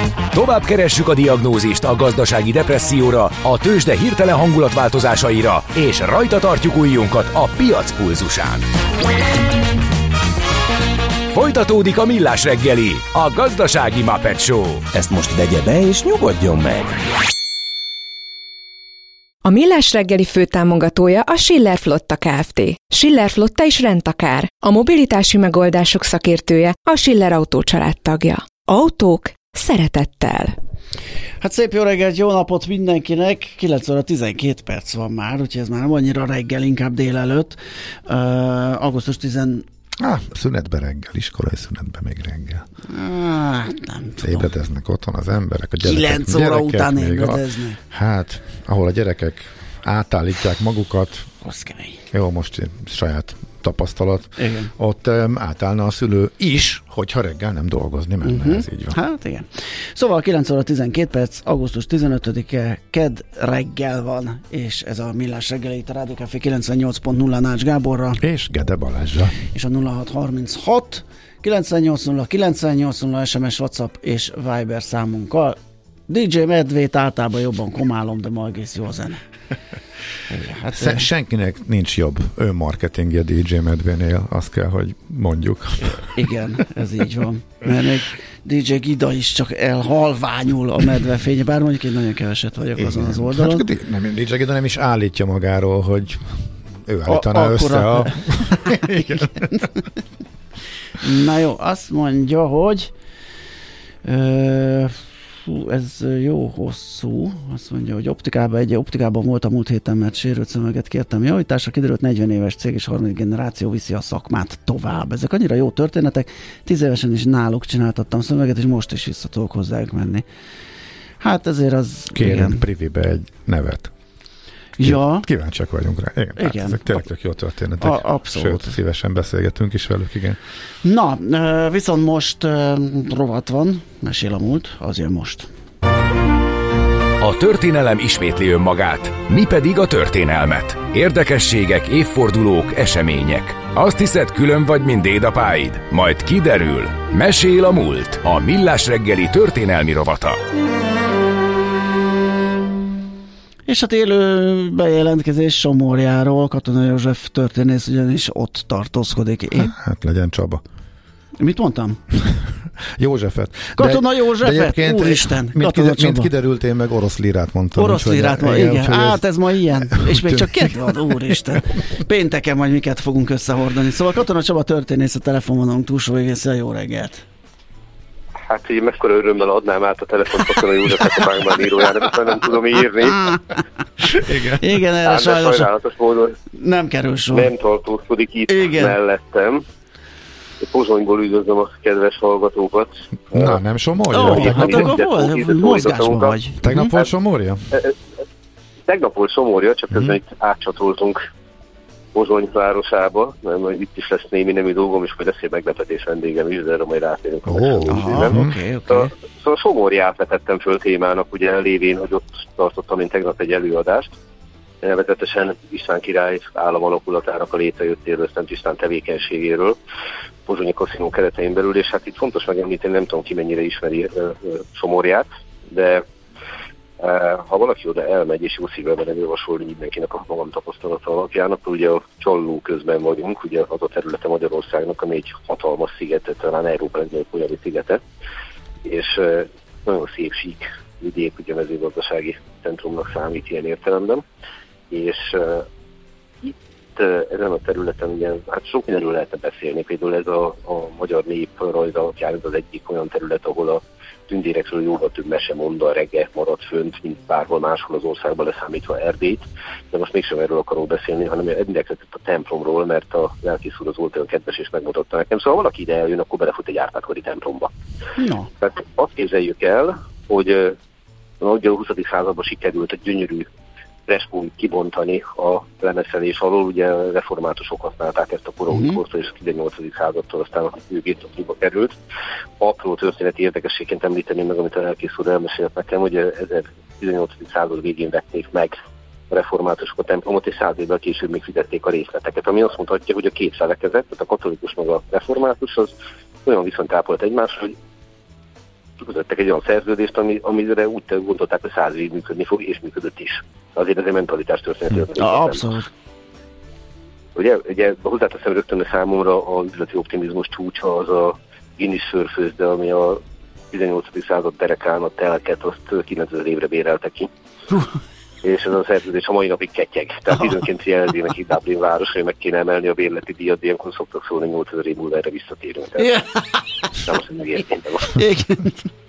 Tovább keressük a diagnózist a gazdasági depresszióra, a tőzsde hirtelen hangulatváltozásaira, és rajta tartjuk ujjunkat a piac pulzusán. Folytatódik a Millás reggeli, a gazdasági Muppet Show. Ezt most vegye be és nyugodjon meg! A Millás reggeli főtámogatója a Schiller Flotta Kft. Schiller Flotta is rendtakár. A mobilitási megoldások szakértője, a Schiller Autó család tagja. Autók szeretettel. Hát szép jó reggelt, jó napot mindenkinek. 9 óra 12 perc van már, úgyhogy ez már nem annyira reggel, inkább délelőtt. Augusztus 10... szünetbe reggel, iskolai szünetbe még reggel. Nem tudom. Ébredeznek otthon az emberek, a gyerekek. 9 óra után ébredeznek. Hát, ahol a gyerekek átállítják magukat. Az kemény. Jó, most saját tapasztalat. Igen. Ott átállna a szülő is, hogyha reggel nem dolgozni menne, ez így van. Hát igen. Szóval 9 óra 12 perc, augusztus 15-e, kedd reggel van, és ez a Millás reggeli itt a Rádió Café 98.0 Nács Gáborra. És Gede Balázsra. És a 0636 980 980 SMS, WhatsApp és Viber számunkkal. DJ Medvét általában jobban komálom, de ma egész jó a zene. Hát, senkinek nincs jobb önmarketingje DJ Medvénél, azt kell, hogy mondjuk. Igen, ez így van. Mert még DJ Gida is csak elhalványul a medvefénye, bár mondjuk én nagyon keveset vagyok azon az oldalon. Hát, DJ Gida nem is állítja magáról, hogy ő állítaná össze a... Igen. Na jó, azt mondja, hogy ez jó hosszú. Azt mondja, hogy optikában voltam múlt héten, mert sérült szemüveget kértem javításra, kiderült 40 éves cég és harmadik generáció viszi a szakmát tovább. Ezek annyira jó történetek, 10 évesen is náluk csináltattam szemüveget, és most is vissza tudok hozzájuk menni. Hát ezért az... Kérem privibe egy nevet. Ja. Kíváncsiak vagyunk rá. Igen. Hát ezek tényleg tök jó történetek. Abszolút. Sőt, szívesen beszélgetünk is velük, igen. Na, viszont most rovat van, mesél a múlt, az jön most. A történelem ismétli önmagát, mi pedig a történelmet. Érdekességek, évfordulók, események. Azt hiszed, külön vagy, mint dédapáid? Majd kiderül. Mesél a múlt. A Millás reggeli történelmi rovata. És hát élő bejelentkezés Somorjáról, Katona József történész ugyanis ott tartózkodik. Hát legyen Csaba. Mit mondtam? Józsefet. Katona Józsefet, úristen. Mint kiderült, én meg orosz lírát mondtam. Orosz lírát van, igen. Hát ez ma ilyen. És még csak két van, úristen. Pénteken majd miket fogunk összehordani. Szóval Katona Csaba történész a telefonvonalunk túlsó végén. Jó reggelt. Hát így mekkora örömmel adnám át a telefont Katona József a Pánkban írójának, mert nem tudom írni. Igen, erre sajnálatos módon nem kerül sor. Nem tartózkodik itt mellettem. Pozsonyból üdvözlöm a kedves hallgatókat. Na, nem Somorja? Hát akkor hol? Mozgásban vagy. Tegnap volt Somorja? Tegnap volt Somorja, csak közben itt átcsatoltunk Pozsony városába, mert itt is lesz némi nemű dolgom, és majd lesz egy meglepetés vendégem is, de erre majd rátérünk. Okay. Szóval Somorját vetettem föl témának, ugye lévén, hogy ott tartottam én tegnap egy előadást. Nevezetesen István király államalakulatárnak a létrejöttéről, Szent István tevékenységéről, Pozsonyi kaszinó keretein belül, és hát itt fontos megemlíteni, nem tudom ki mennyire ismeri Somorját, de ha valaki oda elmegy, és jó szívvel vele javasolni mindenkinek a magam tapasztalata alapjának, ugye a Csalló közben vagyunk, ugye az a területe Magyarországnak, ami egy hatalmas sziget, talán Európa legnagyobb olyan szigete, és nagyon szép sík vidék, ugye mezőgazdasági centrumnak számít ilyen értelemben, és itt ezen a területen ugye, hát sok mindenről lehetne beszélni, például ez a magyar néprajz alapján ez az egyik olyan terület, ahol a tündérekről jóval több mesemond, regge maradt fönt, mint bárhol máshol az országban, leszámítva Erdélyt, de most mégsem erről akarok beszélni, hanem mindenkedet a templomról, mert a lelkész úr az volt olyan kedves és megmutatta nekem, szóval valaki ide eljön, akkor belefut egy Árpád-kori templomba. No. Tehát azt képzeljük el, hogy a 20. században sikerült egy gyönyörű freskót kibontani a lemeszelés alól, ugye reformátusok használták ezt a koraújkortól, és a 18. századtól aztán a birtokba került. Apró történeti érdekességként említeném meg, amit a lelkész úr elmesélt nekem, hogy 18. század végén vették meg a reformátusok a templomot, és 100 évvel később még fizették a részleteket, ami azt mutatja, hogy a két felekezet, tehát a katolikus meg a református, az olyan viszonyt ápolt egymásra, hogy kötöttek egy olyan szerződést, amire úgy gondolták, hogy 100 évig működni fog, és működött is. Azért ez egy mentalitás történet. Abszolút. Ugye hozzáteszem rögtön, hogy számomra az üzleti optimizmus csúcsa az a Guinness sörfőzde, ami a 18. század derekán a telket, azt 9000 évre bérelte ki. És ez a szerződés a mai napig ketyeg. Tehát időnként jelzi neki Dublin város, hogy meg kéne emelni a bérleti díjat, de ilyenkor szoktak szólni, 8000 év múlva erre visszatérünk. Nem azt, hogy megértényben van.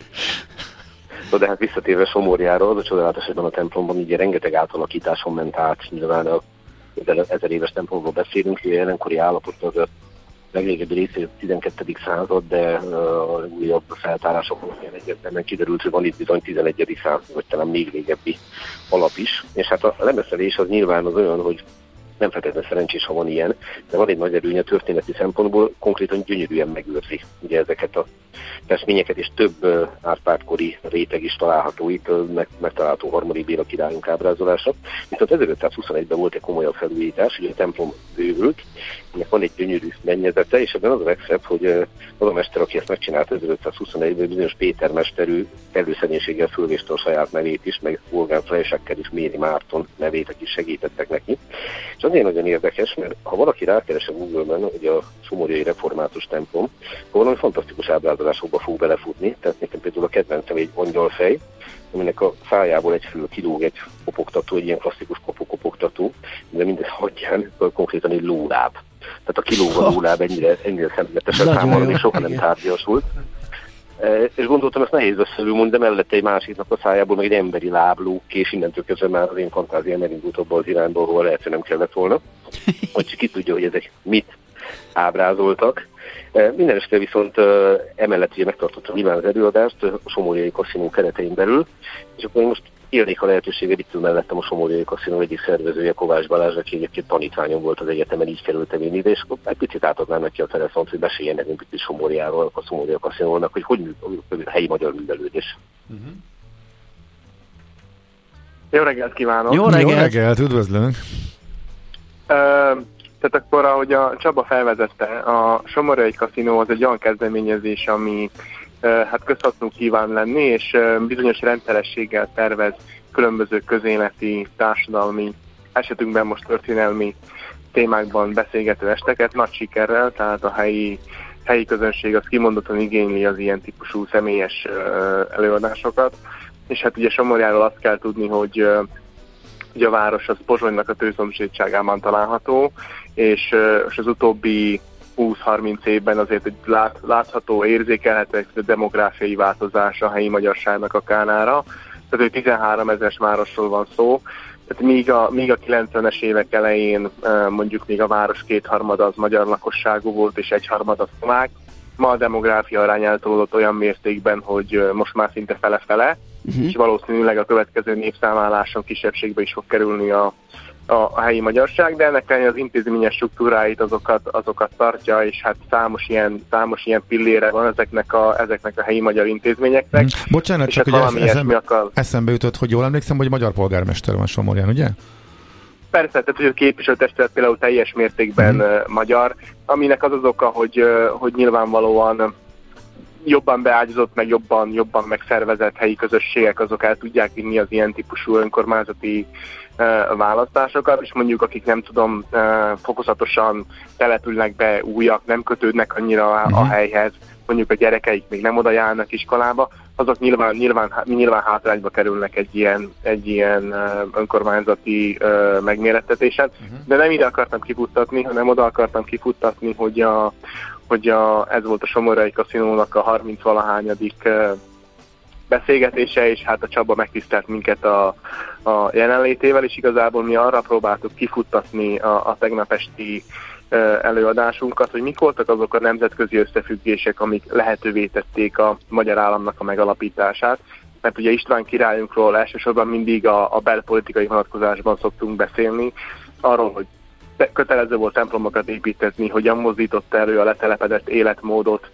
De hát visszatérve Somorjára, az a csodálatos, hogy a templomban így rengeteg átalakításon ment át, nyilván a 1000 éves templomról beszélünk, hogy a jelenkori állapot az a legrégebbi része a 12. század, de a újabb feltárásokon egyértelműen kiderült, hogy van itt bizony 11. század, vagy talán még régebbi alap is. És hát a lemeszelés az nyilván az olyan, hogy nem feltétlenül szerencsés, ha van ilyen, de van egy nagy erőnye történeti szempontból, konkrétan gyönyörűen megőrzi ugye ezeket a festményeket, és több árpádkori réteg is található itt, megtalálható Harmadik Béla királyunk ábrázolása. Viszont 1521-ben volt egy komolyabb felújítás, ugye a templom bővült, ennek van egy gyönyörű mennyezete, és ebben az a legszebb, hogy az a mester, aki ezt megcsinált 1521-ben, bizonyos Péter mesterű előszegénységgel fölvéste a saját nevét is, meg Wolfgang Fleischhacker és Méri Márton nevét, akik segítettek neki. És azért nagyon érdekes, mert ha valaki rákeres a Google-ben, hogy a somorjai református templom, akkor valami fantasztikus ábrázolásokba fog belefutni. Tehát nekem például a kedvencem egy angyalfej, aminek a szájából egy fül kilóg egy kopogtató, egy ilyen klasszikus kopogtató, de mindez hagyján konkrétan egy lóláb. Tehát a kilóga lóláb ennyire szemletesen számomra még soha nem tárgyasult. És gondoltam, ezt nehéz összeülmondani, de mellette egy másiknak a szájából meg egy emberi lábló, és innentől kezdve már az én fantáziám elindult abba az irányba, ahol lehet, hogy nem kellett volna. Hogy ki tudja, hogy ezek mit ábrázoltak. Minden este viszont emellett ugye megtartottam nyilván az előadást a Somorjai Kaszinó keretein belül, és akkor én most élnék a lehetőséget, itt ül mellettem a Somorjai Kaszinó egyik szervezője, Kovács Balázs, aki egyébként tanítványom volt az egyetemen, így kerültem én ide, és akkor egy picit átadnám neki a telefont, hogy meséljen nekünk picit Somorjáról, a Somorjai Kaszinónak, hogy működik a helyi magyar művelődés. Jó reggelt kívánok! Jó reggelt, üdvözlünk! Tehát akkor, ahogy a Csaba felvezette, a Somorjai Kaszinó az egy olyan kezdeményezés, ami hát közhasznú kíván lenni, és bizonyos rendszerességgel tervez különböző közéleti, társadalmi, esetünkben most történelmi témákban beszélgető esteket nagy sikerrel, tehát a helyi közönség az kimondottan igényli az ilyen típusú személyes előadásokat, és hát ugye Somorjáról azt kell tudni, hogy a város az Pozsonynak a tőszomszédságában található, és az utóbbi 20-30 évben azért egy látható, érzékelhető demográfiai változás a helyi magyarságnak a kárára. Tehát 13 000-es városról van szó. Tehát míg a 90-es évek elején mondjuk még a város kétharmada az magyar lakosságú volt, és egyharmada szlovák. Ma a demográfia arány eltolódott olyan mértékben, hogy most már szinte fele-fele, és valószínűleg a következő népszámláláson kisebbségbe is fog kerülni a helyi magyarság, de ennek az intézményes struktúráit azokat tartja, és hát számos ilyen pillére van ezeknek a helyi magyar intézményeknek. Bocsánat, csak hát ugye eszembe jutott, hogy jól emlékszem, hogy magyar polgármester van Somorján, ugye? Persze, tehát hogy a képviselőtestület például teljes mértékben magyar, aminek az oka, hogy nyilvánvalóan jobban beágyazott, meg jobban megszervezett helyi közösségek, azok el tudják vinni az ilyen típusú önkormányzati választásokat, és mondjuk akik nem tudom, fokozatosan települnek be újak, nem kötődnek annyira a helyhez, mondjuk a gyerekeik még nem oda járnak iskolába, azok nyilván hátrányba kerülnek egy ilyen önkormányzati megmérettetésen. De nem ide akartam kifuttatni, hanem oda akartam kifuttatni, hogy ez volt a Somorjai Kaszinónak a 30-valahányadik beszélgetése, és hát a Csaba megtisztelt minket a jelenlétével, és igazából mi arra próbáltuk kifuttatni a tegnap esti előadásunkat, hogy mik voltak azok a nemzetközi összefüggések, amik lehetővé tették a magyar államnak a megalapítását. Mert ugye István királyunkról elsősorban mindig a belpolitikai vonatkozásban szoktunk beszélni, arról, hogy kötelező volt templomokat építetni, hogyan mozdította elő a letelepedett életmódot,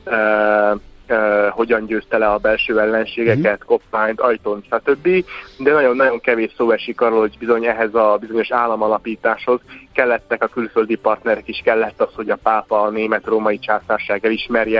hogyan győzte le a belső ellenségeket, Koppányt, Ajtont, stb. De nagyon-nagyon kevés szó esik arról, hogy bizony ehhez a bizonyos államalapításhoz kellettek a külföldi partnerek is, kellett az, hogy a pápa a német-római császárság elismerje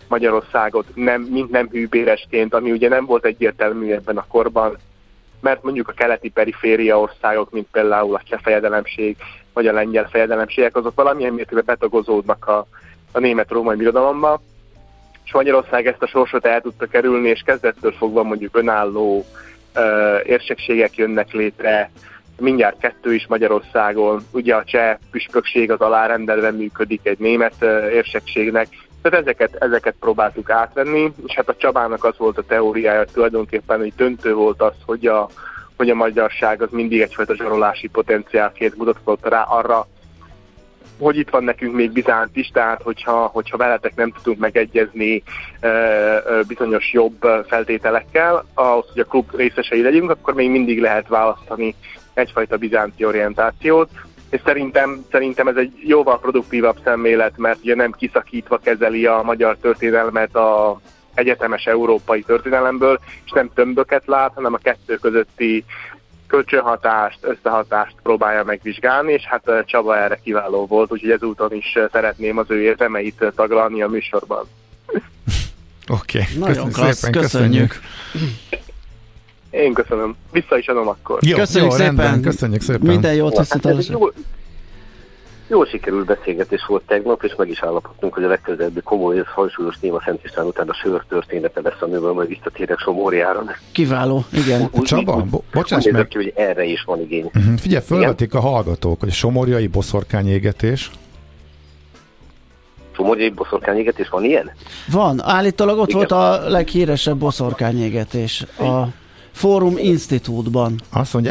Magyarországot mint nem hűbéresként, ami ugye nem volt egyértelmű ebben a korban, mert mondjuk a keleti periféria országok, mint például a cseh fejedelemség, vagy a lengyel fejedelemségek, azok valamilyen mértékben betagozódnak a német-római birodalomba, és Magyarország ezt a sorsot el tudta kerülni, és kezdettől fogva mondjuk önálló érsekségek jönnek létre, mindjárt 2 is Magyarországon, ugye a cseh püspökség az alárendelve működik egy német érsekségnek, tehát ezeket próbáltuk átvenni, és hát a Csabának az volt a teóriája tulajdonképpen, hogy döntő volt az, hogy a magyarság az mindig egyfajta zsarolási potenciálként mutatott rá arra, hogy itt van nekünk még Bizánt is, tehát hogyha veletek nem tudunk megegyezni bizonyos jobb feltételekkel, ahhoz, hogy a klub részesei legyünk, akkor még mindig lehet választani egyfajta bizánti orientációt, és szerintem ez egy jóval produktívabb szemlélet, mert ugye nem kiszakítva kezeli a magyar történelmet az egyetemes európai történelemből, és nem tömböket lát, hanem a kettő közötti kölcsönhatást, összehatást próbálja megvizsgálni, és hát Csaba erre kiváló volt, úgyhogy ezúton is szeretném az ő érzelmeit taglalni a műsorban. Oké. Nagyon klassz, köszönjük. Én köszönöm. Vissza is adom akkor. Jó, köszönjük szépen. Rendben, köszönjük szépen. Minden jót visszatalálásra. Jól sikerült beszélgetés volt tegnap, és meg is állapodtunk, hogy a legközelebbi komoly, hajsúlyos téma Szent István után a sör története lesz, amiből majd visszatérek Somorjára. Kiváló, igen. Csaba, bocsáss meg. Ki, hogy erre is van igény. Figyelj, fölvetik a hallgatók, hogy somorjai boszorkányégetés. Somorjai boszorkányégetés, van ilyen? Van, állítólag ott volt a leghíresebb boszorkányégetés a Fórum Institute-ban. Azt mondja,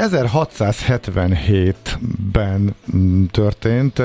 1677-ben történt,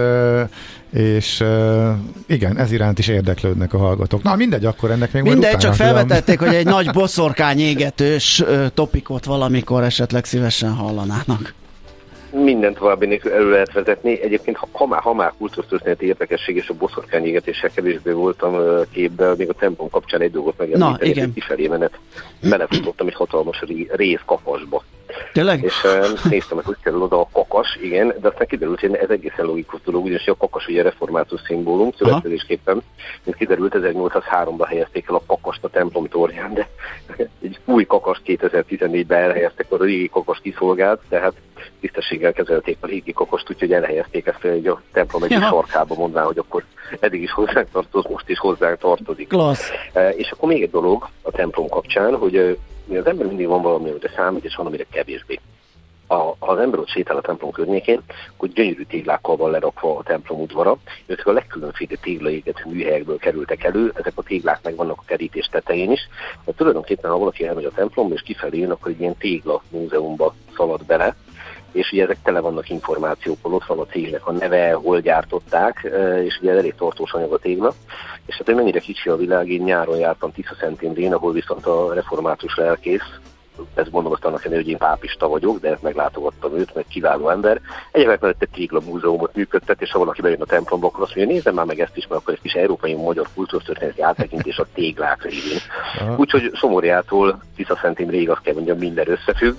és igen, ez iránt is érdeklődnek a hallgatók. Na mindegy, akkor ennek még mindegy, csak felvetették, hogy egy nagy boszorkány égetős topikot valamikor esetleg szívesen hallanának. Minden további nélkül elő lehet vezetni. Egyébként, ha már kultúrtörténeti érdekesség és a boszorkányégetéssel kevésbé voltam képben, még a templom kapcsán egy dolgot megemlíteni, egy kifelé menet belefutottam egy hatalmas rész kakasba. Tényleg? És néztem, hogy kerül oda a kakas, igen, de aztán kiderült, hogy ez egészen logikus dolog, ugyanis a kakas ugye református szimbólum, szövetkezésképpen, mint kiderült, 1803-ban helyezték el a kakast a templom tornyán, de egy új kakast 2014-ben elhelyeztek, a régi kakas kiszolgált, tehát tisztességgel kezelték a régi kakast, úgyhogy elhelyezték ezt fel a templom egyik sarkába, mondván, hogy akkor eddig is hozzánk tartozott, most is hozzánk tartozik. Klassz. És akkor még egy dolog a templom kapcsán, hogy az ember mindig van valami, amire számít, és van, amire kevésbé. Ha az ember ott sétál a templom környékén, akkor gyönyörű téglákkal van lerakva a templom udvara, ezek a legkülönféle téglaégető műhelyekből kerültek elő, ezek a téglák meg vannak a kerítés tetején is, de tulajdonképpen, ha valaki elmegy a templomba és kifelé jön, akkor egy ilyen tégla múzeumba szalad bele, és ugye ezek tele vannak információkkal, ott van a cégnek a neve, hol gyártották, és ugye elég tartós anyag a tégla. És hát, hogy mennyire kicsi a világ, én nyáron jártam Tisza-Szentendrén, ahol viszont a református lelkész, ezt mondom azt annak ellenére, hogy én pápista vagyok, de ezt meglátogattam őt, mert kiváló ember. Egyébként mellett egy tégla múzeumot működtet, és ha valaki bejön a templomba, akkor azt mondja, nézzem már meg ezt is, mert akkor egy kis európai magyar kultúrtörténeti áttekintés a téglák révén. Úgyhogy Somorjától Tisza-Szentendréig azt kell mondjam, minden összefügg.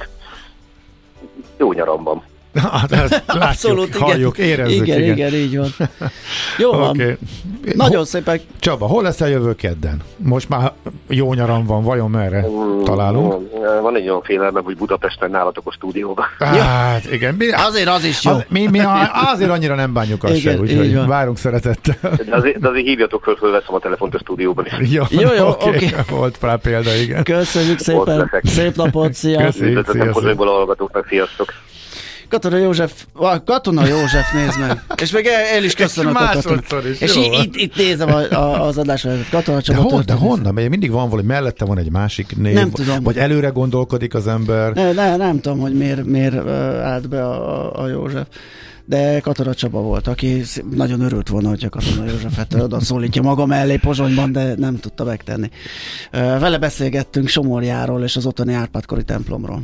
Jó nyaramban. Látjuk, abszolút, halljuk, érezzük. Igen, így van. Jó van. Okay. Nagyon szépen. Csaba, hol lesz a jövő kedden? Most már jó nyaram van, vajon merre találunk? Van egy olyan félelmem, hogy Budapesten nálatok a stúdióban. Hát igen. Azért az is jó. Mi azért annyira nem bánjuk azt sem, úgyhogy várunk szeretettel. De azért hívjatok föl, fölveszem a telefont a stúdióban is. Jó, oké. Volt rá példa, igen. Köszönjük szépen. Szép napot, szia. Köszönjük, sziasztok. A hallgatóknak, sziasztok. Katona József, nézd meg. És meg el is köszönök a Katona. És itt nézem az adásvezetőt. Katona Csaba. De honnan? Mert mindig van valami, mellette van egy másik név. Nem tudom. Vagy előre gondolkodik az ember. Nem tudom, hogy miért állt be a József. De Katona Csaba volt, aki nagyon örült volna, hogyha Katona Józsefet oda szólítja maga mellé Pozsonyban, de nem tudta megtenni. Vele beszélgettünk Somorjáról és az ottani Árpád-kori templomról.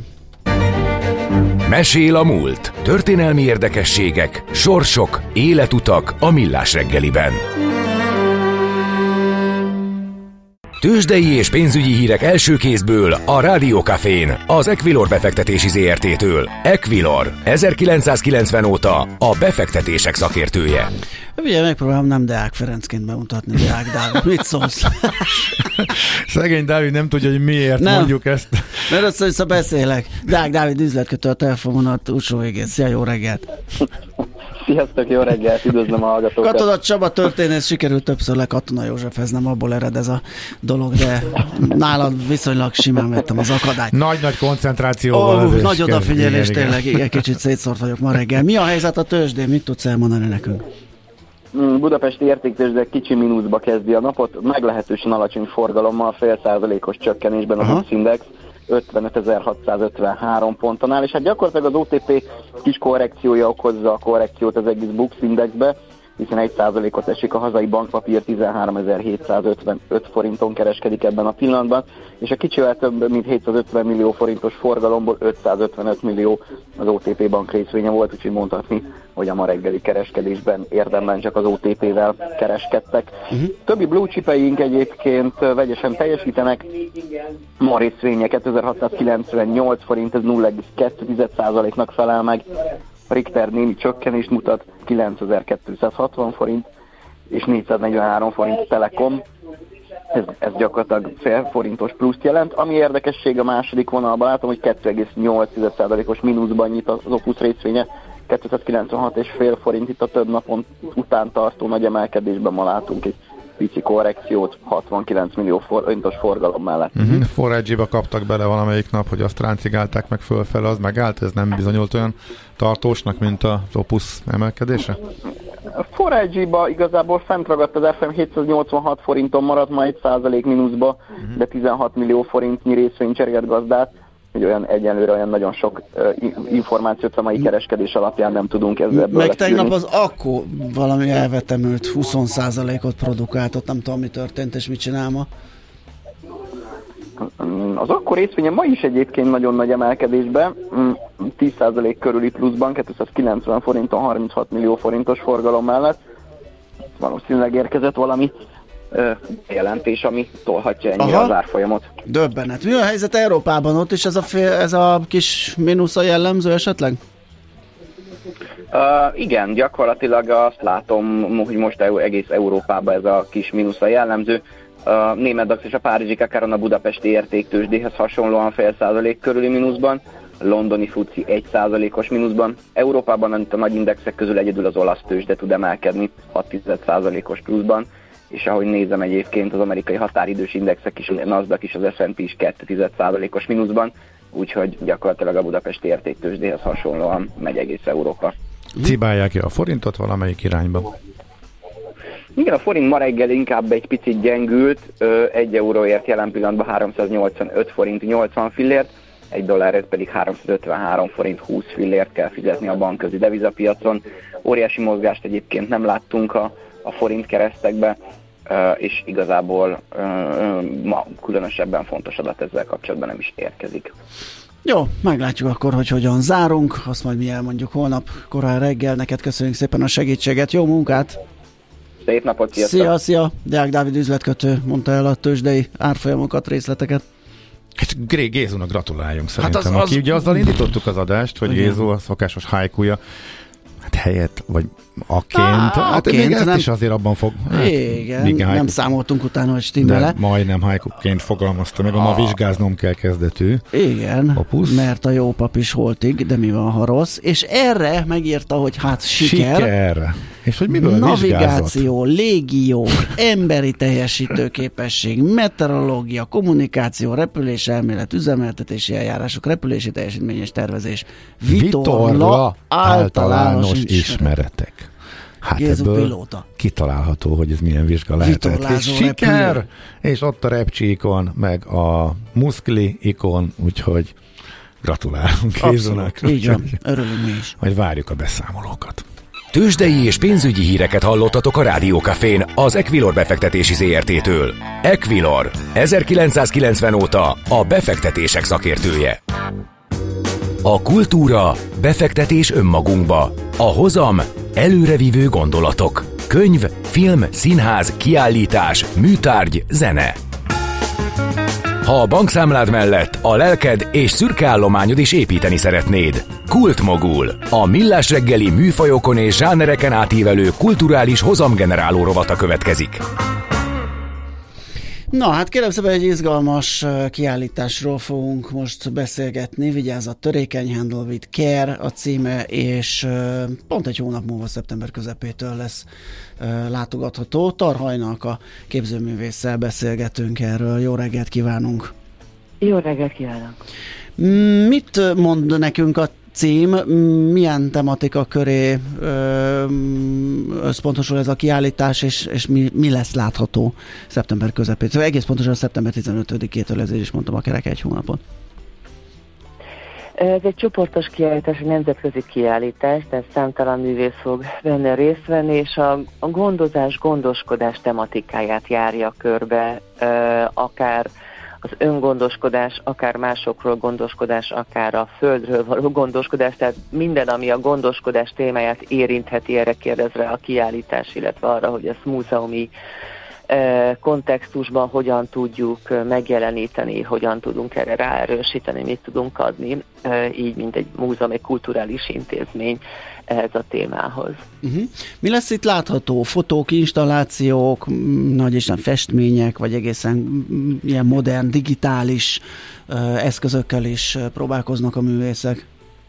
Mesél a múlt. Történelmi érdekességek, sorsok, életutak a Millás reggeliben. Tőzsdei és pénzügyi hírek első kézből a Rádiókafén, az Equilor befektetési ZRT-től. Equilor, 1990 óta a befektetések szakértője. Ugye megpróbálom nem Deák Ferencként bemutatni, Deák Dávid. Mit szólsz? Szegény Dávid nem tudja, hogy miért nem. Mondjuk ezt. Mert össze-vissza beszélek. Deák Dávid üzletkötő a telefononat, útsó végét. Szia, jó reggelt! Sziasztok, jó reggelt, üdvözlöm a hallgatókat. Katona Csaba történész, sikerült többször le Katona Józsefhez, nem abból ered ez a dolog, de nálad viszonylag simán vettem az akadályt. Nagy koncentrációval. Nagy odafigyelés, tényleg, igen, kicsit szétszórt vagyok ma reggel. Mi a helyzet a tőzsdén? Mit tudsz elmondani nekünk? Budapesti értéktőzsde kicsi mínuszba kezdi a napot, meglehetősen alacsony forgalommal, 0,5%-os csökkenésben a BUX Index 55.653 ponton áll, és hát gyakorlatilag az OTP kis korrekciója okozza a korrekciót az egész BUX Indexbe, hiszen 1%-ot esik a hazai bankpapír, 13.755 forinton kereskedik ebben a pillanatban, és a kicsivel több mint 750 millió forintos forgalomból 555 millió az OTP bank részvénye volt, úgyhogy mondhatni, hogy a ma reggeli kereskedésben érdemben csak az OTP-vel kereskedtek. Többi blue chipeink egyébként vegyesen teljesítenek, ma részvénye 2698 forint, ez 0,2%-nak felel meg, a Richter némi csökkenést mutat, 9260 forint és 443 forint Telekom. Ez gyakorlatilag fél forintos pluszt jelent. Ami érdekesség a második vonalban, látom, hogy 2,8%-os mínuszban nyit az Opus részvénye, 296,5 forint, itt a több napon után tartó nagy emelkedésben ma látunk egy pici korrekciót, 69 millió forintos forgalom mellett. Forage-ba kaptak bele valamelyik nap, hogy azt ráncigálták meg fölfele, az megállt, ez nem bizonyult olyan tartósnak, mint az Opus emelkedése? A Forage-ba igazából fent ragadt az FM 786 forinton, maradt ma 1% mínuszba, de 16 millió forintnyi részvény cserélt gazdát, hogy olyan egyenlőre olyan nagyon sok információt a mai kereskedés alapján nem tudunk ebből meg tegnap az Akko valami elvetemült 20%-ot produkált, ott nem tudom, mi történt és mit csinál ma. Az Akko részvénye ma is egyébként nagyon nagy emelkedésben, 10% körüli pluszban, 290 forinton 36 millió forintos forgalom mellett. Valószínűleg érkezett valami jelentés, ami tolhatja ennyire az árfolyamot. Döbbenet. Mi a helyzet Európában? Ott is ez a kis mínusz a jellemző esetleg? Igen, gyakorlatilag azt látom, hogy most egész Európában ez a kis mínusz a jellemző. A német DAX és a párizsi Kakaron a budapesti értéktőzsdéhez hasonlóan 0,5% körüli mínuszban, a londoni FTSE 1%-os mínuszban. Európában a nagy indexek közül egyedül az olasz tőzsde tud emelkedni 6,1%-os pluszban, és ahogy nézem egyébként az amerikai határidős indexek is, a Nasdaq is, az S&P is 2,1%-os mínuszban, úgyhogy gyakorlatilag a budapesti értéktőzsdéhez hasonlóan megy egész Európa. Cibálják ki a forintot valamelyik irányba? Igen, a forint ma reggel inkább egy picit gyengült, 1 euróért jelen pillanatban 385 forint 80 fillért, 1 dollárért pedig 353 forint 20 fillért kell fizetni a bankközi devizapiacon. Óriási mozgást egyébként nem láttunk a forint keresztekbe, és igazából ma különösebben fontos adat ezzel kapcsolatban nem is érkezik. Jó, meglátjuk akkor, hogy hogyan zárunk, azt majd mi elmondjuk holnap korán reggel. Neked köszönjük szépen a segítséget, jó munkát! Szép napot, sziasztok! Szia! Deák Dávid üzletkötő mondta el a tőzsdei árfolyamokat, részleteket. Hát Gézónak gratuláljunk szerintem, aki ugye azzal indítottuk az adást, hogy Gézó a szokásos hájkúja, hát helyett, vagy hát még ezt is azért abban fog. Hát, igen, nem számoltunk utána, hogy stimmele. Majdnem hájkuként fogalmazta meg, a ma vizsgáznom kell kezdetű. Igen, Opus. Mert a jó pap is holtig, de mi van, ha rossz? És erre megírta, hogy hát siker. És hogy miből navigáció, légió, emberi teljesítőképesség, meteorológia, kommunikáció, repülés elmélet, üzemeltetési eljárások, repülési teljesítmény és tervezés, vitorla általános ismeretek. Hát Gézu ebből pilóta. Kitalálható, hogy ez milyen vizsga lehetett. És siker! Repülő. És ott a repcsi ikon, meg a muszkli ikon, úgyhogy gratulálunk Gézunak. Így van, örülünk mi is. Majd várjuk a beszámolókat. Tőzsdei és pénzügyi híreket hallottatok a Rádiókafén az Equilor befektetési ZRT-től. Equilor, 1990 óta a befektetések szakértője. A kultúra, befektetés önmagunkba. A hozam, előrevívő gondolatok. Könyv, film, színház, kiállítás, műtárgy, zene. ha a bankszámlád mellett a lelked és szürke állományod is építeni szeretnéd. Kultmogul, a millás reggeli műfajokon és zsánereken átívelő kulturális hozamgeneráló rovata következik. Na, hát kérem szépen, egy izgalmas kiállításról fogunk most beszélgetni. Vigyázzat, törékeny, Handle with Care a címe, és pont egy hónap múlva, szeptember közepétől lesz látogatható. Tarhajnak a képzőművésszel beszélgetünk erről. Jó reggelt kívánunk! Jó reggelt kívánok! Mit mond nekünk a cím, milyen tematika köré összpontosul ez a kiállítás, és mi lesz látható szeptember közepén? Szóval egész pontosan szeptember 15-től, ezért is mondtam a kerek egy hónapot. Ez egy csoportos kiállítás, egy nemzetközi kiállítás, tehát számtalan művész fog benne részt venni, és a gondoskodás tematikáját járja körbe, akár az öngondoskodás, akár másokról gondoskodás, akár a földről való gondoskodás, tehát minden, ami a gondoskodás témáját érintheti, erre kérdez rá a kiállítás, illetve arra, hogy ezt múzeumi kontextusban hogyan tudjuk megjeleníteni, hogyan tudunk erre ráerősíteni, mit tudunk adni, így mint egy múzeum, egy kulturális intézmény ehhez a témához. Mi lesz itt látható? Fotók, installációk, nagy és nagy festmények, vagy egészen ilyen modern, digitális eszközökkel is próbálkoznak a művészek?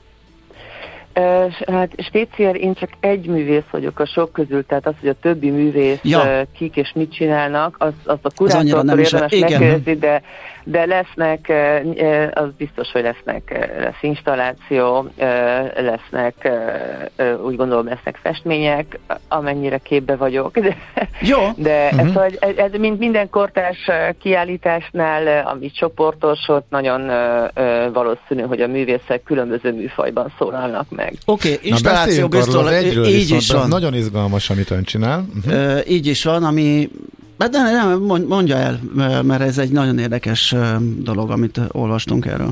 Hát speciál, én csak egy művész vagyok a sok közül, tehát az, hogy a többi művész kik és mit csinálnak, az a kurátortól érdemes megkérdezni, de lesznek, az biztos, hogy lesz installáció, lesznek, úgy gondolom, lesznek festmények, amennyire képbe vagyok. De ez mint minden kortárs kiállításnál, ami csoportosod, nagyon valószínű, hogy a művészek különböző műfajban szólalnak meg. Oké, installáció biztos, így is van. Nagyon izgalmas, amit ön csinál. Így is van, ami nem, mondja el, mert ez egy nagyon érdekes dolog, amit olvastunk erről.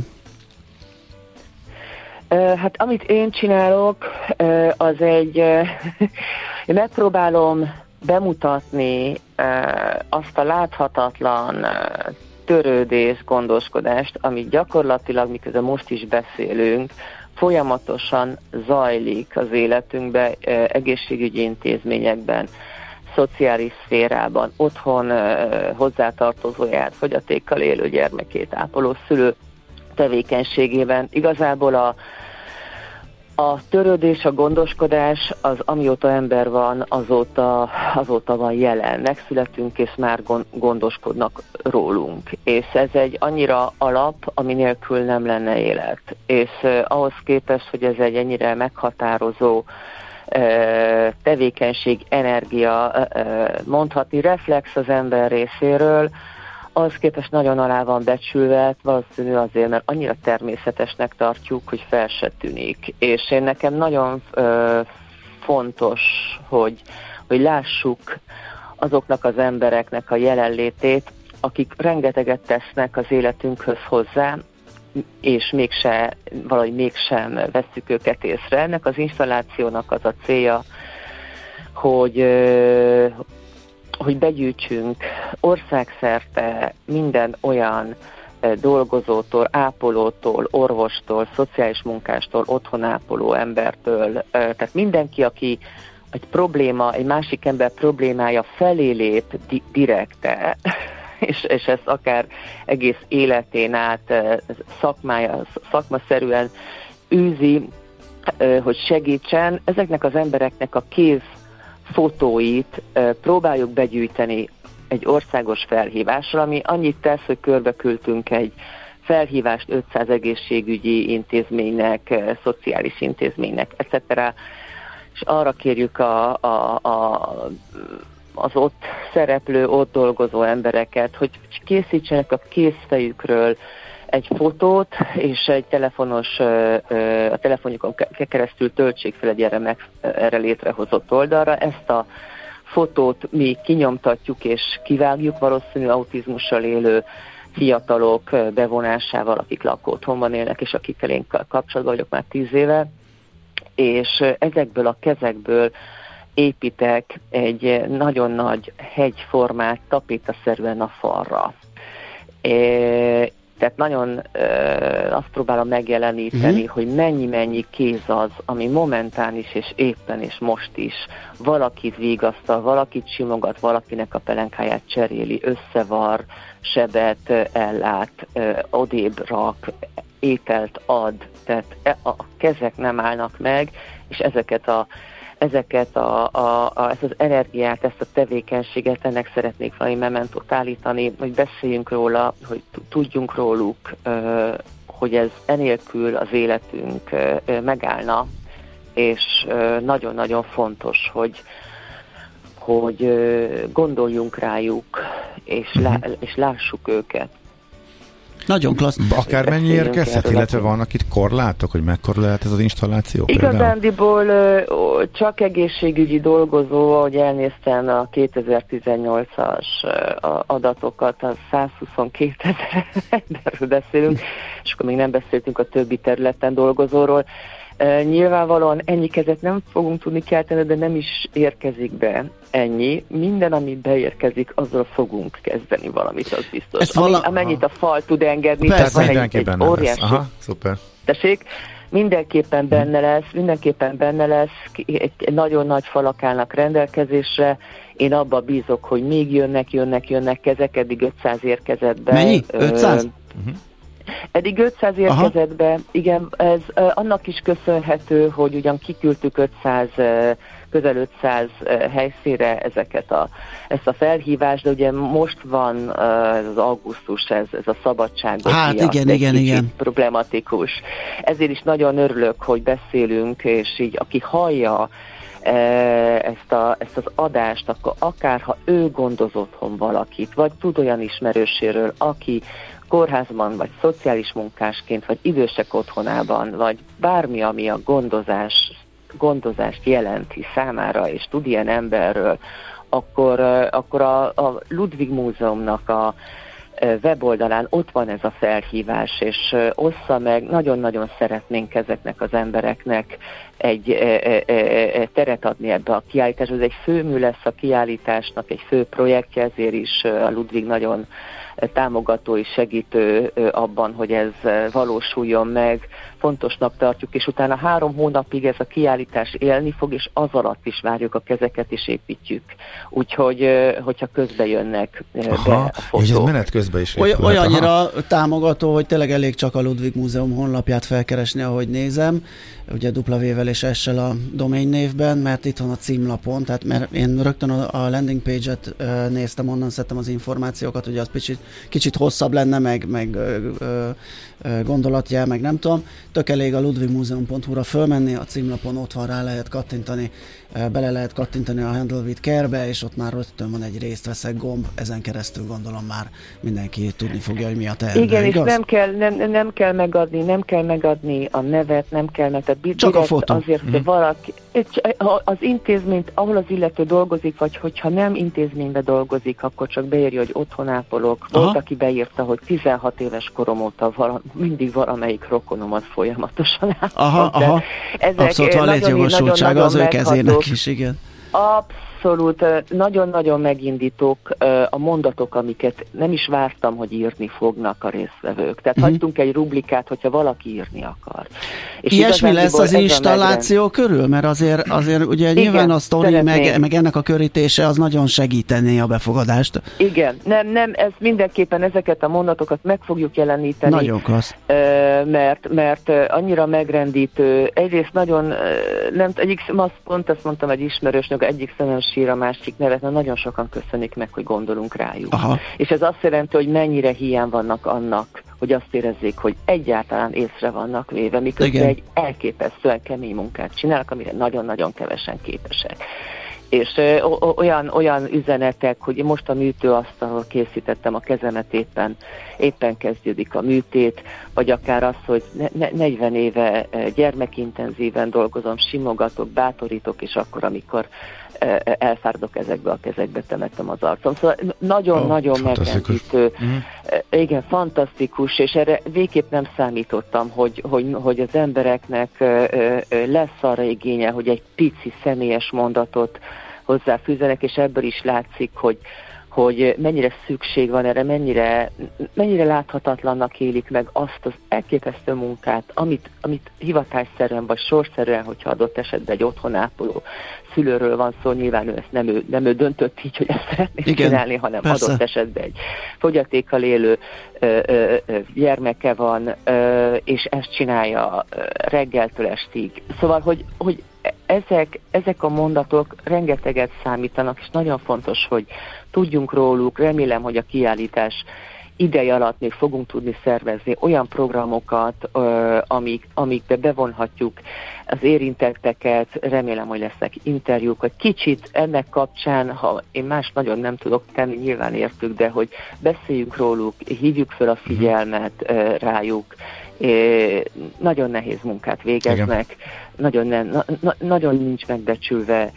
Hát amit én csinálok, az egy megpróbálom bemutatni azt a láthatatlan törődés, gondoskodást, amit gyakorlatilag, miközben most is beszélünk, folyamatosan zajlik az életünkben, egészségügyi intézményekben, szociális szférában, otthon hozzátartozóját, fogyatékkal élő gyermekét ápoló szülő tevékenységében. Igazából a törődés, a gondoskodás az, amióta ember van, azóta van jelen. Megszületünk, és már gondoskodnak rólunk. És ez egy annyira alap, ami nélkül nem lenne élet. És ahhoz képest, hogy ez egy ennyire meghatározó tevékenység, energia, mondhatni reflex az ember részéről, ahhoz képest nagyon alá van becsülve, valószínű azért, mert annyira természetesnek tartjuk, hogy fel se tűnik. És én nekem nagyon fontos, hogy lássuk azoknak az embereknek a jelenlétét, akik rengeteget tesznek az életünkhöz hozzá, és valahogy mégsem vesszük őket észre. Ennek az installációnak az a célja, hogy begyűjtsünk országszerte minden olyan dolgozótól, ápolótól, orvostól, szociális munkástól, otthonápoló embertől, tehát mindenki, aki egy másik ember problémája felé lép direkte, és ezt akár egész életén át szakmaszerűen űzi, hogy segítsen, ezeknek az embereknek a fotóit próbáljuk begyűjteni egy országos felhívásra, ami annyit tesz, hogy körbeküldtünk egy felhívást 500 egészségügyi intézménynek, szociális intézménynek, etc. És arra kérjük az ott szereplő, ott dolgozó embereket, hogy készítsenek a kézfejükről egy fotót, és egy a telefonjukon keresztül töltsék fel egy erre létrehozott oldalra. Ezt a fotót mi kinyomtatjuk és kivágjuk valószínű autizmussal élő fiatalok bevonásával, akik lakóotthonban élnek, és akikkel én kapcsolatban vagyok már 10 éve, és ezekből a kezekből építek egy nagyon nagy hegyformát tapétaszerűen a falra. Tehát nagyon azt próbálom megjeleníteni, hogy mennyi kéz az, ami momentán is, és éppen és most is valakit vigasztal, valakit simogat, valakinek a pelenkáját cseréli, összevar, sebet ellát, odébb rak, ételt ad, tehát a kezek nem állnak meg, és ezt az energiát, ezt a tevékenységet, ennek szeretnék valami mementót állítani, hogy beszéljünk róla, hogy tudjunk róluk, hogy ez enélkül az életünk megállna, és nagyon-nagyon fontos, hogy gondoljunk rájuk, és lássuk őket. Nagyon klassz. Akármennyi érkezhet, illetve vannak itt korlátok, hogy mekkora lehet ez az installáció? Igazándiból csak egészségügyi dolgozó, ahogy elnéztem a 2018-as adatokat, az 122 000 emberről beszélünk, és akkor még nem beszéltünk a többi területen dolgozóról. Nyilvánvalóan ennyi kezet nem fogunk tudni kelteni, de nem is érkezik be ennyi. Minden, ami beérkezik, azzal fogunk kezdeni valamit, az biztos. Amennyit a fal tud engedni. Tehát mindenki benne óriási... lesz. Aha, szuper. Tessék? Mindenképpen benne lesz, egy nagyon nagy falak állnak rendelkezésre. Én abba bízok, hogy még jönnek kezek, eddig 500 érkezett be. Mennyi? 500? Eddig 500 érkezett be, igen, ez annak is köszönhető, hogy ugyan kiküldtük közel 500 helyszínre ezt a felhívást, de ugye most van ez az augusztus, ez a szabadságos igen. problematikus. Ezért is nagyon örülök, hogy beszélünk, és így aki hallja ezt az adást, akkor akár ha ő gondoz otthon valakit, vagy tud olyan ismerőséről, aki kórházban, vagy szociális munkásként, vagy idősek otthonában, vagy bármi, ami a gondozást jelenti számára, és tud ilyen emberről, akkor a Ludwig Múzeumnak a weboldalán ott van ez a felhívás, és ossza meg, nagyon-nagyon szeretnénk ezeknek az embereknek egy teret adni ebbe a kiállításba. Ez egy főmű lesz a kiállításnak, egy fő projektje, ezért is a Ludwig nagyon támogató és segítő abban, hogy ez valósuljon meg. Fontosnak tartjuk, és utána 3 hónapig ez a kiállítás élni fog, és az alatt is várjuk a kezeket, és építjük. Úgyhogy, hogyha közbe jönnek be a fotók. És ez menet közben is épül. Olyannyira támogató, hogy tényleg elég csak a Ludwig Múzeum honlapját felkeresni, ahogy nézem, ugye W-vel és S-sel a domain névben, mert itt van a címlapon, tehát mert én rögtön a landing page-et néztem, onnan szedtem az információkat, ugye az kicsit hosszabb lenne, meg gondolatjel, meg nem tudom. Tök elég a ludwigmuseum.hu-ra fölmenni, a címlapon ott van, rá lehet kattintani, bele lehet kattintani a Handle with Care-be, és ott már rögtön van egy részt veszek gomb, ezen keresztül gondolom már mindenki tudni fogja, hogy mi a teendő. Igen, igaz? És nem kell megadni a nevet, nem kell meg, tehát csak a fotó. Azért, hogy valaki, az intézményt, ahol az illető dolgozik, vagy hogyha nem intézményben dolgozik, akkor csak beírja, hogy otthon ápolok. Volt, aki beírta, hogy 16 éves korom óta mindig valamelyik rokonom az folyamatosan ápolok. Abszolút van létjogosultsága az ő kezének is, igen. Abszolút, nagyon-nagyon megindítók a mondatok, amiket nem is vártam, hogy írni fognak a résztvevők. Tehát hagytunk egy rublikát, hogyha valaki írni akar. És ilyesmi lesz az installáció körül? Mert azért ugye igen, nyilván a sztori, meg ennek a körítése az nagyon segítené a befogadást. Igen, nem, ez mindenképpen ezeket a mondatokat meg fogjuk jeleníteni. Nagyon klassz. Mert annyira megrendítő. Egyrészt nagyon, azt mondtam egy ismerősnök, egyik szemem sír, a másik nevet, mert nagyon sokan köszönik meg, hogy gondolunk rájuk. Aha. És ez azt jelenti, hogy mennyire hiány vannak annak, hogy azt érezzék, hogy egyáltalán észre vannak véve, miközben egy elképesztően kemény munkát csinálnak, amire nagyon-nagyon kevesen képesek. És olyan üzenetek, hogy most a műtőasztalon készítettem a kezemet, éppen kezdődik a műtét, vagy akár az, hogy 40 éve gyermekintenzíven dolgozom, simogatok, bátorítok, és akkor, amikor elfáradok ezekbe a kezekbe, temettem az arcom. Szóval nagyon-nagyon megrendítő. Igen, fantasztikus, és erre végképp nem számítottam, hogy az embereknek lesz arra igénye, hogy egy pici személyes mondatot hozzáfűzenek, és ebből is látszik, hogy mennyire szükség van erre, mennyire láthatatlannak élik meg azt az elképesztő munkát, amit hivatásszerűen vagy sorszerűen, hogyha adott esetben egy otthon ápoló szülőről van szó, nyilván ő ezt nem ő döntött így, hogy ezt szeretnék csinálni, hanem persze. Adott esetben egy fogyatékkal élő gyermeke van, és ezt csinálja reggeltől estig. Szóval, hogy ezek a mondatok rengeteget számítanak, és nagyon fontos, hogy tudjunk róluk. Remélem, hogy a kiállítás ideje alatt még fogunk tudni szervezni olyan programokat, amikbe bevonhatjuk az érintetteket, remélem, hogy lesznek interjúk, hogy kicsit ennek kapcsán, ha én más nagyon nem tudok tenni, nyilván értük, de hogy beszéljünk róluk, hívjuk fel a figyelmet rájuk. Nagyon nehéz munkát végeznek, nagyon nincs megbecsülve,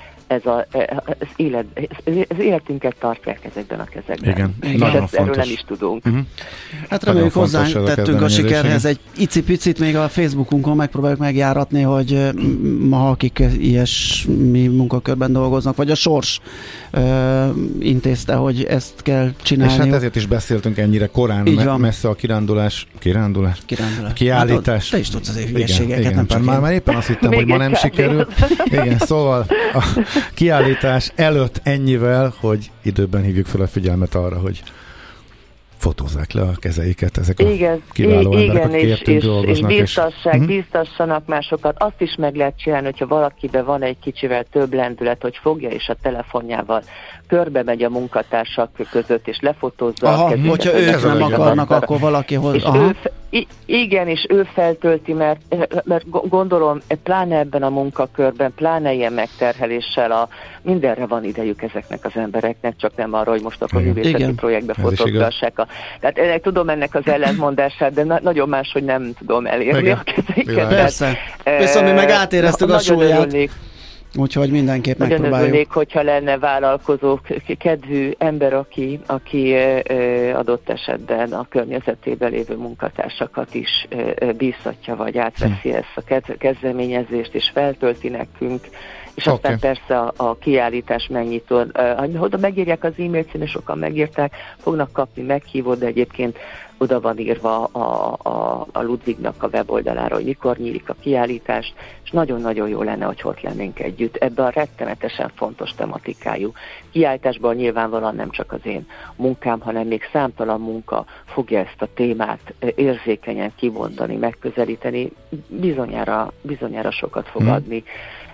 az életünket tartják ezekben a kezekben. Igen. Erről nem is tudunk. Hát reméljük hozzánk tettünk a sikerhez egy icipicit, még a Facebookunkon megpróbáljuk megjáratni, hogy ma akik ilyesmi munkakörben dolgoznak, vagy a Sors intézte, hogy ezt kell csinálni. És hát ezért is beszéltünk ennyire korán, messze a kiállítás. Te is tudsz azért hülyeségeket, nem csak már éppen azt hittem, hogy ma nem sikerül. Igen, szóval a kiállítás előtt ennyivel, hogy időben hívjuk fel a figyelmet arra, hogy fotózzák le a kezeiket, ezek a kiváló emberek, akik értünk dolgoznak. És bíztassanak másokat. Azt is meg lehet csinálni, hogyha valakiben van egy kicsivel több lendület, hogy fogja és a telefonjával körbe megy a munkatársak között, és lefotózza a kezüket. Hogyha ők nem akarnak, akkor valaki Igen, és ő feltölti, mert gondolom, pláne ebben a munkakörben, pláne ilyen megterheléssel mindenre van idejük ezeknek az embereknek, csak nem arra, hogy most akkor művészeti projektbe fotózgassák. Tehát tudom ennek az ellentmondását, de nagyon máshogy nem tudom elérni a kezeiket. Persze. Viszont mi meg átéreztük a súlyát. Úgyhogy mindenképp megpróbáljuk. Nagyon örülnék, hogyha lenne vállalkozó kedvű ember, aki adott esetben a környezetében lévő munkatársakat is bíztatja, vagy átveszi ezt a kezdeményezést, és feltölti nekünk, és aztán persze a kiállítás megnyitó, oda megírják az e-mail címén, sokan megírták, fognak kapni meghívót, de egyébként oda van írva a Ludwignak a weboldalára, hogy mikor nyílik a kiállítás, és nagyon-nagyon jó lenne, hogy ott lennénk együtt. Ebben a rettenetesen fontos tematikájú kiállításban nyilvánvalóan nem csak az én munkám, hanem még számtalan munka fogja ezt a témát érzékenyen kimondani, megközelíteni, bizonyára sokat fog adni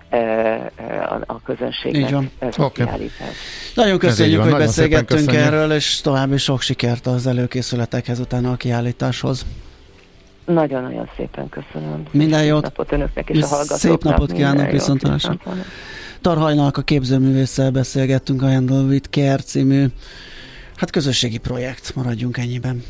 a közönségnek ez a kiállítás. Nagyon köszönjük, hogy beszélgettünk erről, és további sok sikert az előkészületekhez, utána a kiállításhoz. Nagyon-nagyon szépen köszönöm. Minden jót. Napot önöknek és a hallgatóknak. Szép napot kívánok, viszontlátásra. Tarhajnak a képzőművésszel beszélgettünk, a Handle with Care című közösségi projekt, maradjunk ennyiben.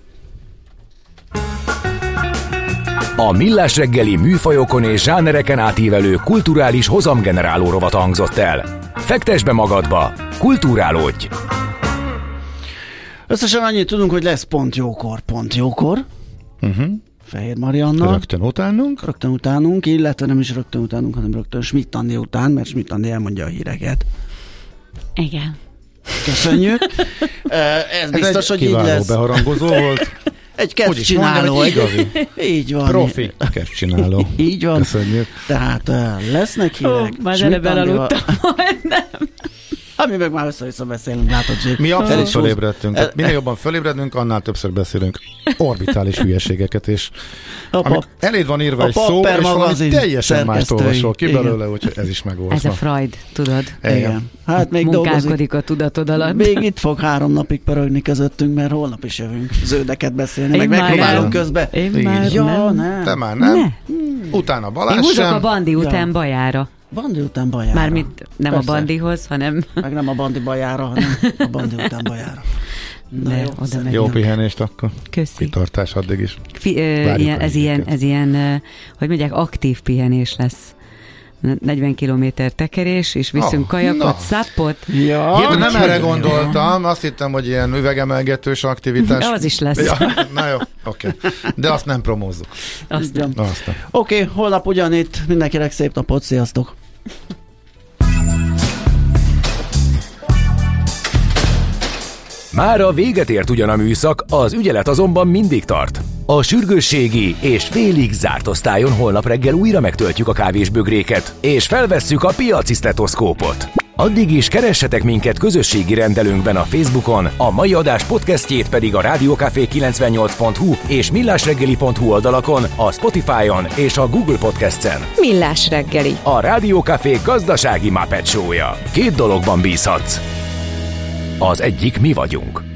A Millás reggeli műfajokon és zsánereken átívelő kulturális hozamgeneráló rovat hangzott el. Fektess be magadba, kulturálódj! Összesen annyit tudunk, hogy lesz pont jókor. Fehér Marianna. Rögtön utánunk, illetve nem is rögtön utánunk, hanem rögtön Schmidt Andi után, mert Schmidt Andi elmondja a híreket. Igen. Köszönjük. Ez biztos, hogy így lesz. Kiváló beharangozó volt. Egy kedvcsináló. Így van. Profi kedvcsináló. Így van. Köszönjük. Tehát lesznek hírek. Már előbb elaludtam, nem. Mi meg már össze-vissza beszélünk, látod, Zsé. Mi abszolút fölébredtünk. Minél jobban fölébredünk, annál többször beszélünk orbitális hülyeségeket, és eléd van írva egy szó, és valami teljesen mást olvasol ki belőle, úgyhogy ez is megoldva. Ez a Freud, tudod? Igen. Hát még munkálkodik a tudatod alatt. Még itt fog 3 napig pörögni közöttünk, mert holnap is jövünk zöldeket beszélni, meg megpróbálunk közben. Én már nem. Te már nem. Utána Balázs sem. Én húzok a Bandi után Bajára. Bandi után Bajára. Mármint nem persze. A Bandihoz, hanem... Meg nem a Bandi Bajára, hanem a Bandi után Bajára. Jó pihenést akkor. Köszi. Kitartás addig is. Ez ilyen, hogy mondják, aktív pihenés lesz. 40 kilométer tekerés, és viszünk kajakot, szappot. Ja, nem erre gondoltam, azt hittem, hogy ilyen üvegemelgetős aktivitás. Az is lesz. Ja, na jó, oké. De azt nem promózzuk. Oké, holnap ugyanitt. Mindenkinek szép napot, sziasztok! Mára véget ért ugyan a műszak, az ügyelet azonban mindig tart. A sürgősségi és félig zárt osztályon holnap reggel újra megtöltjük a kávésbögréket, és felvesszük a piaci sztetoszkópot. Addig is keressetek minket közösségi rendelőnkben a Facebookon, a mai adás podcastjét pedig a rádiókafé98.hu és millásreggeli.hu oldalakon, a Spotify-on és a Google Podcast-en. Millás reggeli. A Rádiókafé gazdasági Muppet Show-ja. 2 dologban bízhatsz. Az egyik mi vagyunk.